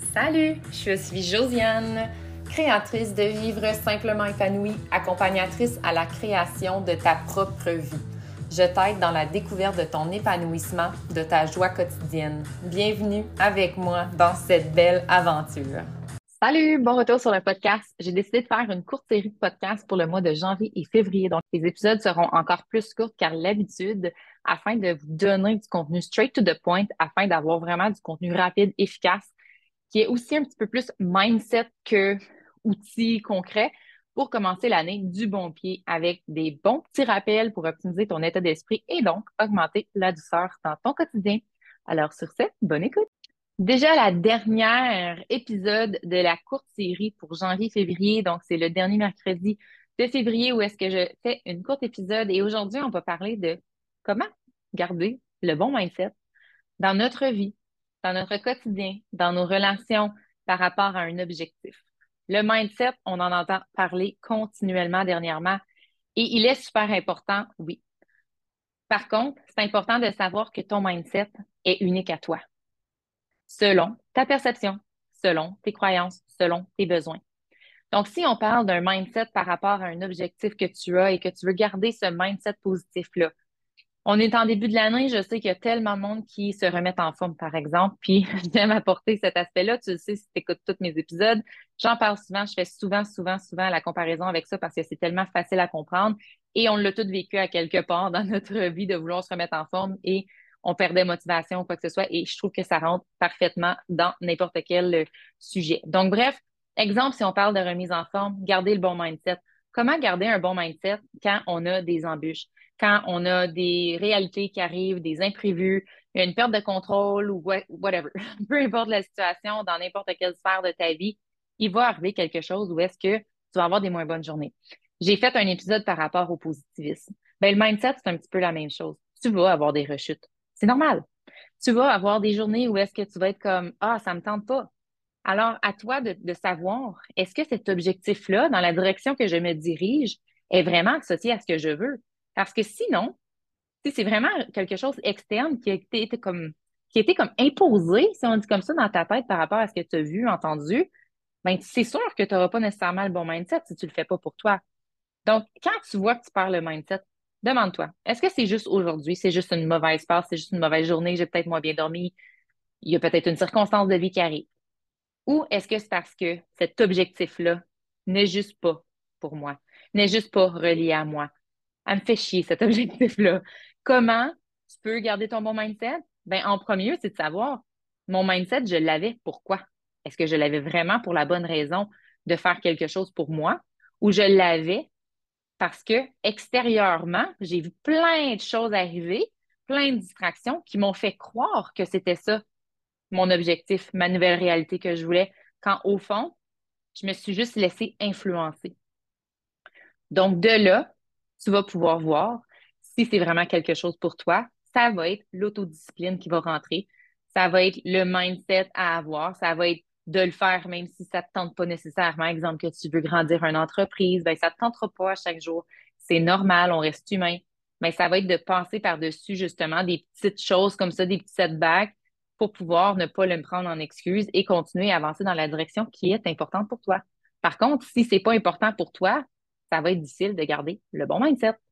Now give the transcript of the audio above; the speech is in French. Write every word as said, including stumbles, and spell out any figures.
Salut, je suis Josiane, créatrice de Vivre simplement épanouie, accompagnatrice à la création de ta propre vie. Je t'aide dans la découverte de ton épanouissement, de ta joie quotidienne. Bienvenue avec moi dans cette belle aventure. Salut, bon retour sur le podcast. J'ai décidé de faire une courte série de podcasts pour le mois de janvier et février. Donc, les épisodes seront encore plus courts qu'à l'habitude afin de vous donner du contenu straight to the point, afin d'avoir vraiment du contenu rapide, efficace, qui est aussi un petit peu plus mindset que outils concrets pour commencer l'année du bon pied avec des bons petits rappels pour optimiser ton état d'esprit et donc augmenter la douceur dans ton quotidien. Alors, sur ce, bonne écoute. Déjà la dernière épisode de la courte série pour janvier-février, donc c'est le dernier mercredi de février où est-ce que je fais une courte épisode et aujourd'hui on va parler de comment garder le bon mindset dans notre vie, dans notre quotidien, dans nos relations par rapport à un objectif. Le mindset, on en entend parler continuellement dernièrement et il est super important, oui. Par contre, c'est important de savoir que ton mindset est unique à toi selon ta perception, selon tes croyances, selon tes besoins. Donc, si on parle d'un mindset par rapport à un objectif que tu as et que tu veux garder ce mindset positif-là, on est en début de l'année, je sais qu'il y a tellement de monde qui se remettent en forme, par exemple, puis j'aime apporter cet aspect-là. Tu le sais si tu écoutes tous mes épisodes, j'en parle souvent, je fais souvent, souvent, souvent la comparaison avec ça parce que c'est tellement facile à comprendre et on l'a tous vécu à quelque part dans notre vie de vouloir se remettre en forme et on perdait motivation ou quoi que ce soit et je trouve que ça rentre parfaitement dans n'importe quel euh, sujet. Donc, bref, exemple, si on parle de remise en forme, garder le bon mindset. Comment garder un bon mindset quand on a des embûches? Quand on a des réalités qui arrivent, des imprévus, il y a une perte de contrôle ou whatever, peu importe la situation, dans n'importe quelle sphère de ta vie, il va arriver quelque chose où est-ce que tu vas avoir des moins bonnes journées. J'ai fait un épisode par rapport au positivisme. Ben, le mindset, c'est un petit peu la même chose. Tu vas avoir des rechutes. C'est normal. Tu vas avoir des journées où est-ce que tu vas être comme, ah, ça me tente pas. Alors, à toi de, de savoir, est-ce que cet objectif-là, dans la direction que je me dirige, est vraiment associé à ce que je veux? Parce que sinon, si c'est vraiment quelque chose externe qui a été, été comme, qui a été comme imposé, si on dit comme ça, dans ta tête par rapport à ce que tu as vu, entendu, ben, c'est sûr que tu n'auras pas nécessairement le bon mindset si tu ne le fais pas pour toi. Donc, quand tu vois que tu perds le mindset, demande-toi, est-ce que c'est juste aujourd'hui, c'est juste une mauvaise passe, c'est juste une mauvaise journée, j'ai peut-être moins bien dormi, il y a peut-être une circonstance de vie qui arrive. Ou est-ce que c'est parce que cet objectif-là n'est juste pas pour moi, n'est juste pas relié à moi? Elle me fait chier, cet objectif-là. Comment tu peux garder ton bon mindset? Ben, en premier, c'est de savoir, mon mindset, je l'avais pourquoi? Est-ce que je l'avais vraiment pour la bonne raison de faire quelque chose pour moi? Ou je l'avais parce que extérieurement, j'ai vu plein de choses arriver, plein de distractions qui m'ont fait croire que c'était ça, mon objectif, ma nouvelle réalité que je voulais, quand au fond, je me suis juste laissée influencer. Donc, de là, tu vas pouvoir voir si c'est vraiment quelque chose pour toi. Ça va être l'autodiscipline qui va rentrer. Ça va être le mindset à avoir. Ça va être de le faire même si ça ne te tente pas nécessairement. Exemple, que tu veux grandir une entreprise, ben, ça ne te tentera pas à chaque jour. C'est normal, on reste humain. Mais ça va être de passer par-dessus justement des petites choses comme ça, des petits setbacks pour pouvoir ne pas le prendre en excuse et continuer à avancer dans la direction qui est importante pour toi. Par contre, si c'est pas important pour toi, ça va être difficile de garder le bon mindset.